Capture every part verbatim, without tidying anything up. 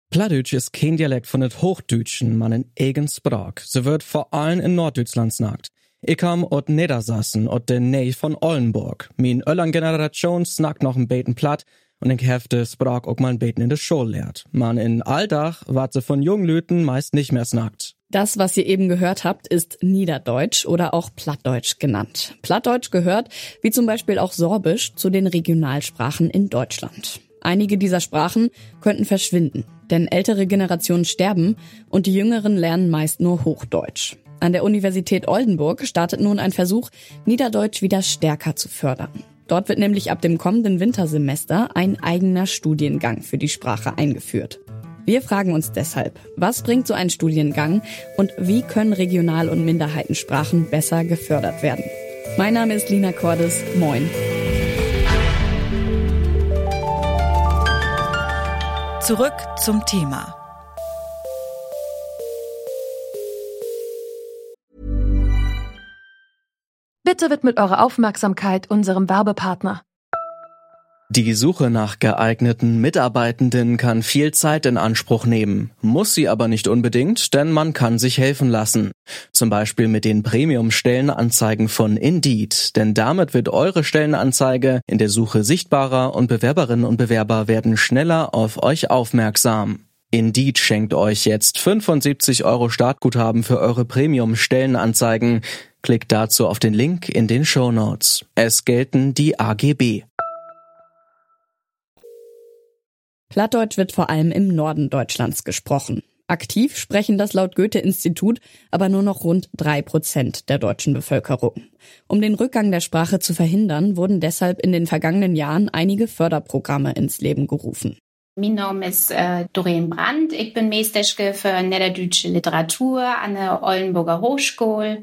Plattdeutsch ist kein Dialekt von het Hochdeutschen, man in eigen Sprach. Sie wird vor allem in Norddeutschland snackt. Ich kam aus Niedersachsen, aus der Nähe von Oldenburg. Min öllern Generation snackt noch ein Beten platt und ich hefte Sprach auch mal ein Beten in der Schule lehrt. Man in Alldach wart sie von jungen Lüten meist nicht mehr snackt. Das, was ihr eben gehört habt, ist Niederdeutsch oder auch Plattdeutsch genannt. Plattdeutsch gehört, wie zum Beispiel auch Sorbisch, zu den Regionalsprachen in Deutschland. Einige dieser Sprachen könnten verschwinden, denn ältere Generationen sterben und die Jüngeren lernen meist nur Hochdeutsch. An der Universität Oldenburg startet nun ein Versuch, Niederdeutsch wieder stärker zu fördern. Dort wird nämlich ab dem kommenden Wintersemester ein eigener Studiengang für die Sprache eingeführt. Wir fragen uns deshalb, was bringt so ein Studiengang und wie können Regional- und Minderheitensprachen besser gefördert werden? Mein Name ist Lina Cordes. Moin. Zurück zum Thema. Bitte widmet eure Aufmerksamkeit unserem Werbepartner. Die Suche nach geeigneten Mitarbeitenden kann viel Zeit in Anspruch nehmen, muss sie aber nicht unbedingt, denn man kann sich helfen lassen. Zum Beispiel mit den Premium-Stellenanzeigen von Indeed, denn damit wird eure Stellenanzeige in der Suche sichtbarer und Bewerberinnen und Bewerber werden schneller auf euch aufmerksam. Indeed schenkt euch jetzt fünfundsiebzig Euro Startguthaben für eure Premium-Stellenanzeigen. Klickt dazu auf den Link in den Shownotes. Es gelten die A G B. Plattdeutsch wird vor allem im Norden Deutschlands gesprochen. Aktiv sprechen das laut Goethe-Institut aber nur noch rund drei Prozent der deutschen Bevölkerung. Um den Rückgang der Sprache zu verhindern, wurden deshalb in den vergangenen Jahren einige Förderprogramme ins Leben gerufen. Mein Name ist äh, Doreen Brandt. Ich bin Meisterschke für niederdeutsche Literatur an der Oldenburger Hochschule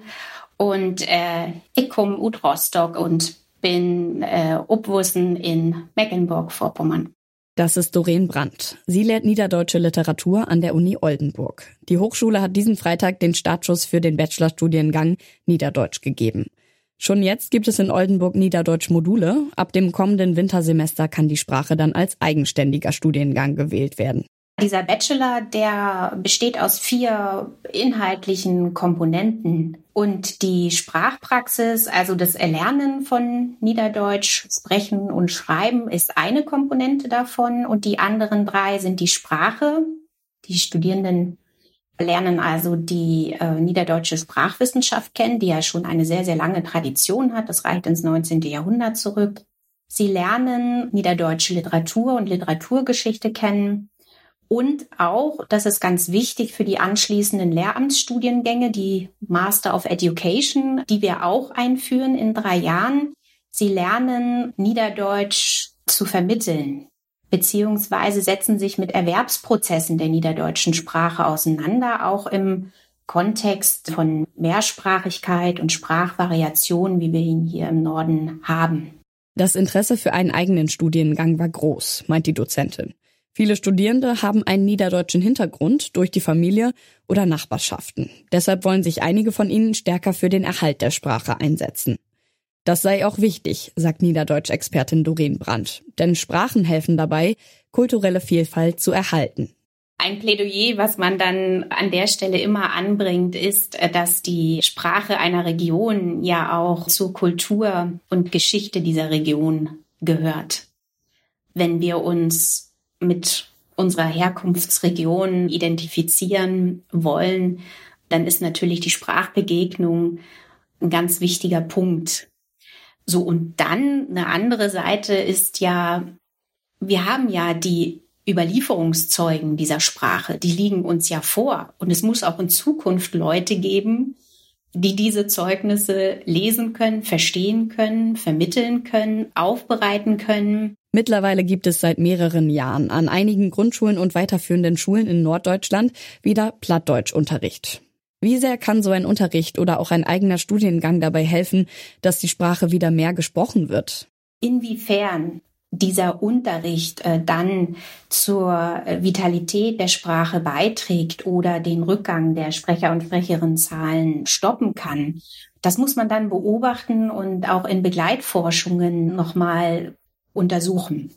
und äh, ich komme aus Rostock und bin äh, aufgewachsen in Mecklenburg-Vorpommern. Das ist Doreen Brandt. Sie lehrt niederdeutsche Literatur an der Uni Oldenburg. Die Hochschule hat diesen Freitag den Startschuss für den Bachelorstudiengang Niederdeutsch gegeben. Schon jetzt gibt es in Oldenburg Niederdeutsch-Module. Ab dem kommenden Wintersemester kann die Sprache dann als eigenständiger Studiengang gewählt werden. Dieser Bachelor, der besteht aus vier inhaltlichen Komponenten. Und die Sprachpraxis, also das Erlernen von Niederdeutsch, Sprechen und Schreiben, ist eine Komponente davon. Und die anderen drei sind die Sprache. Die Studierenden lernen also die äh, niederdeutsche Sprachwissenschaft kennen, die ja schon eine sehr, sehr lange Tradition hat. Das reicht ins neunzehnten Jahrhundert zurück. Sie lernen niederdeutsche Literatur und Literaturgeschichte kennen. Und auch, das ist ganz wichtig für die anschließenden Lehramtsstudiengänge, die Master of Education, die wir auch einführen in drei Jahren. Sie lernen Niederdeutsch zu vermitteln, beziehungsweise setzen sich mit Erwerbsprozessen der niederdeutschen Sprache auseinander, auch im Kontext von Mehrsprachigkeit und Sprachvariation, wie wir ihn hier im Norden haben. Das Interesse für einen eigenen Studiengang war groß, meint die Dozentin. Viele Studierende haben einen niederdeutschen Hintergrund durch die Familie oder Nachbarschaften. Deshalb wollen sich einige von ihnen stärker für den Erhalt der Sprache einsetzen. Das sei auch wichtig, sagt Niederdeutsch-Expertin Doreen Brandt. Denn Sprachen helfen dabei, kulturelle Vielfalt zu erhalten. Ein Plädoyer, was man dann an der Stelle immer anbringt, ist, dass die Sprache einer Region ja auch zur Kultur und Geschichte dieser Region gehört. Wenn wir uns mit unserer Herkunftsregion identifizieren wollen, dann ist natürlich die Sprachbegegnung ein ganz wichtiger Punkt. So, und dann eine andere Seite ist ja, wir haben ja die Überlieferungszeugen dieser Sprache, die liegen uns ja vor. Und es muss auch in Zukunft Leute geben, die diese Zeugnisse lesen können, verstehen können, vermitteln können, aufbereiten können. Mittlerweile gibt es seit mehreren Jahren an einigen Grundschulen und weiterführenden Schulen in Norddeutschland wieder Plattdeutschunterricht. Wie sehr kann so ein Unterricht oder auch ein eigener Studiengang dabei helfen, dass die Sprache wieder mehr gesprochen wird? Inwiefern dieser Unterricht äh, dann zur Vitalität der Sprache beiträgt oder den Rückgang der Sprecher- und Sprecherinnenzahlen stoppen kann, das muss man dann beobachten und auch in Begleitforschungen nochmal untersuchen.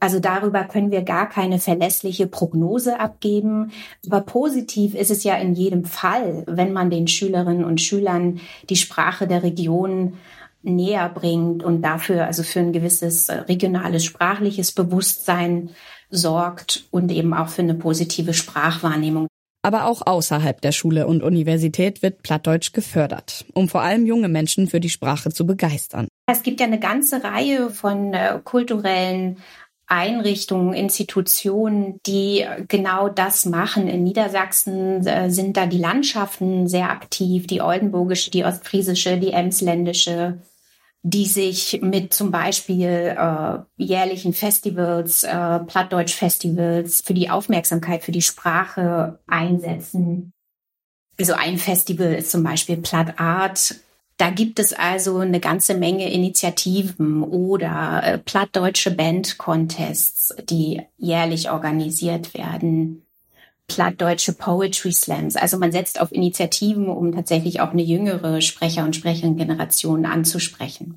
Also darüber können wir gar keine verlässliche Prognose abgeben. Aber positiv ist es ja in jedem Fall, wenn man den Schülerinnen und Schülern die Sprache der Region näher bringt und dafür also für ein gewisses regionales sprachliches Bewusstsein sorgt und eben auch für eine positive Sprachwahrnehmung. Aber auch außerhalb der Schule und Universität wird Plattdeutsch gefördert, um vor allem junge Menschen für die Sprache zu begeistern. Es gibt ja eine ganze Reihe von äh, kulturellen Einrichtungen, Institutionen, die genau das machen. In Niedersachsen äh, sind da die Landschaften sehr aktiv, die oldenburgische, die ostfriesische, die emsländische, die sich mit zum Beispiel äh, jährlichen Festivals, äh, Plattdeutsch-Festivals für die Aufmerksamkeit für die Sprache einsetzen. Also ein Festival ist zum Beispiel Platt Art. Da gibt es also eine ganze Menge Initiativen oder äh, plattdeutsche Band-Contests, die jährlich organisiert werden. Plattdeutsche Poetry Slams. Also man setzt auf Initiativen, um tatsächlich auch eine jüngere Sprecher- und Sprecherinnen-Generation anzusprechen.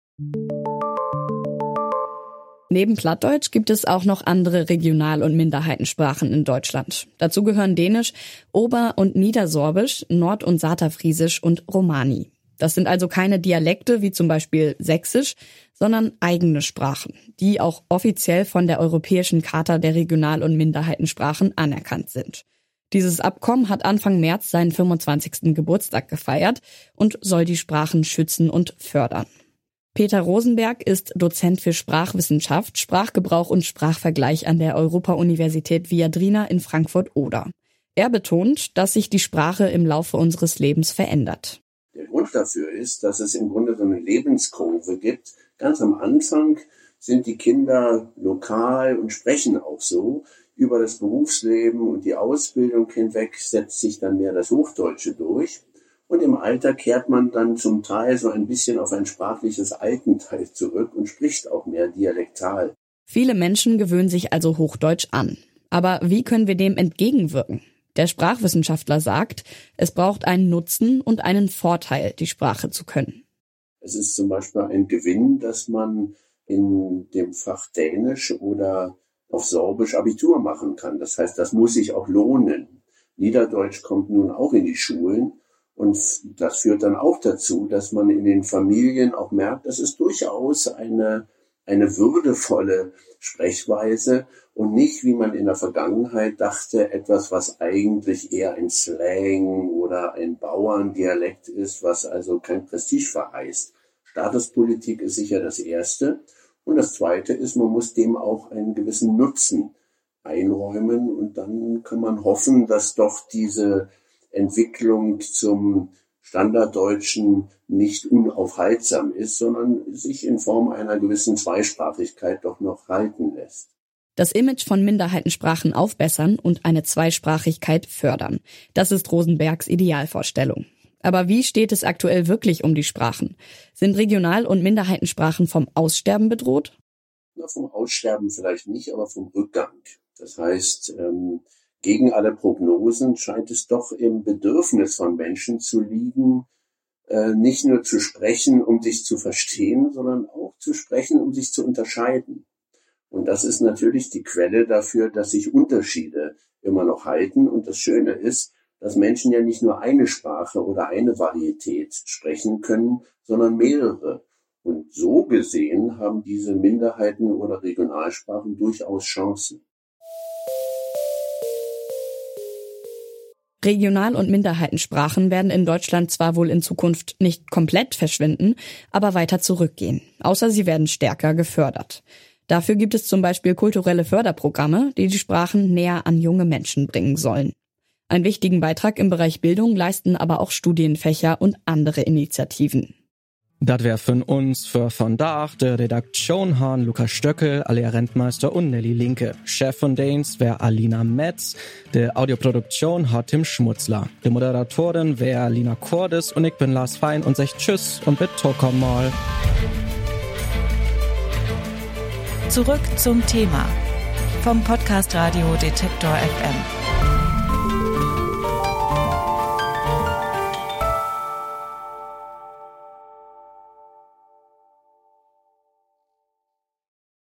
Neben Plattdeutsch gibt es auch noch andere Regional- und Minderheitensprachen in Deutschland. Dazu gehören Dänisch, Ober- und Niedersorbisch, Nord- und Saterfriesisch und Romani. Das sind also keine Dialekte wie zum Beispiel Sächsisch, sondern eigene Sprachen, die auch offiziell von der Europäischen Charta der Regional- und Minderheitensprachen anerkannt sind. Dieses Abkommen hat Anfang März seinen fünfundzwanzigsten Geburtstag gefeiert und soll die Sprachen schützen und fördern. Peter Rosenberg ist Dozent für Sprachwissenschaft, Sprachgebrauch und Sprachvergleich an der Europa-Universität Viadrina in Frankfurt-Oder. Er betont, dass sich die Sprache im Laufe unseres Lebens verändert. Der Grund dafür ist, dass es im Grunde so eine Lebenskurve gibt. Ganz am Anfang sind die Kinder lokal und sprechen auch so. Über das Berufsleben und die Ausbildung hinweg setzt sich dann mehr das Hochdeutsche durch. Und im Alter kehrt man dann zum Teil so ein bisschen auf ein sprachliches Altenteil zurück und spricht auch mehr dialektal. Viele Menschen gewöhnen sich also Hochdeutsch an. Aber wie können wir dem entgegenwirken? Der Sprachwissenschaftler sagt, es braucht einen Nutzen und einen Vorteil, die Sprache zu können. Es ist zum Beispiel ein Gewinn, dass man in dem Fach Dänisch oder auf Sorbisch Abitur machen kann. Das heißt, das muss sich auch lohnen. Niederdeutsch kommt nun auch in die Schulen und das führt dann auch dazu, dass man in den Familien auch merkt, das ist durchaus eine, eine würdevolle Sprechweise und nicht, wie man in der Vergangenheit dachte, etwas, was eigentlich eher ein Slang oder ein Bauerndialekt ist, was also kein Prestige verheißt. Statuspolitik ist sicher das Erste. Und das Zweite ist, man muss dem auch einen gewissen Nutzen einräumen. Und dann kann man hoffen, dass doch diese Entwicklung zum Standarddeutschen nicht unaufhaltsam ist, sondern sich in Form einer gewissen Zweisprachigkeit doch noch halten lässt. Das Image von Minderheitensprachen aufbessern und eine Zweisprachigkeit fördern. Das ist Rosenbergs Idealvorstellung. Aber wie steht es aktuell wirklich um die Sprachen? Sind Regional- und Minderheitensprachen vom Aussterben bedroht? Na, vom Aussterben vielleicht nicht, aber vom Rückgang. Das heißt, ähm, gegen alle Prognosen scheint es doch im Bedürfnis von Menschen zu liegen, äh, nicht nur zu sprechen, um sich zu verstehen, sondern auch zu sprechen, um sich zu unterscheiden. Und das ist natürlich die Quelle dafür, dass sich Unterschiede immer noch halten. Und das Schöne ist, dass Menschen ja nicht nur eine Sprache oder eine Varietät sprechen können, sondern mehrere. Und so gesehen haben diese Minderheiten oder Regionalsprachen durchaus Chancen. Regional- und Minderheitensprachen werden in Deutschland zwar wohl in Zukunft nicht komplett verschwinden, aber weiter zurückgehen, außer sie werden stärker gefördert. Dafür gibt es zum Beispiel kulturelle Förderprogramme, die die Sprachen näher an junge Menschen bringen sollen. Einen wichtigen Beitrag im Bereich Bildung leisten aber auch Studienfächer und andere Initiativen. Das wär von uns für von Dach, der Redaktion Han Lukas Stöckel, Alea Rentmeister und Nelly Linke. Chef von Danes wär Alina Metz, der Audioproduktion hat Tim Schmutzler. Die Moderatorin wär Lina Cordes und ich bin Lars Fein und sag Tschüss und bitte komm mal. Zurück zum Thema vom Podcast Radio Detektor F M.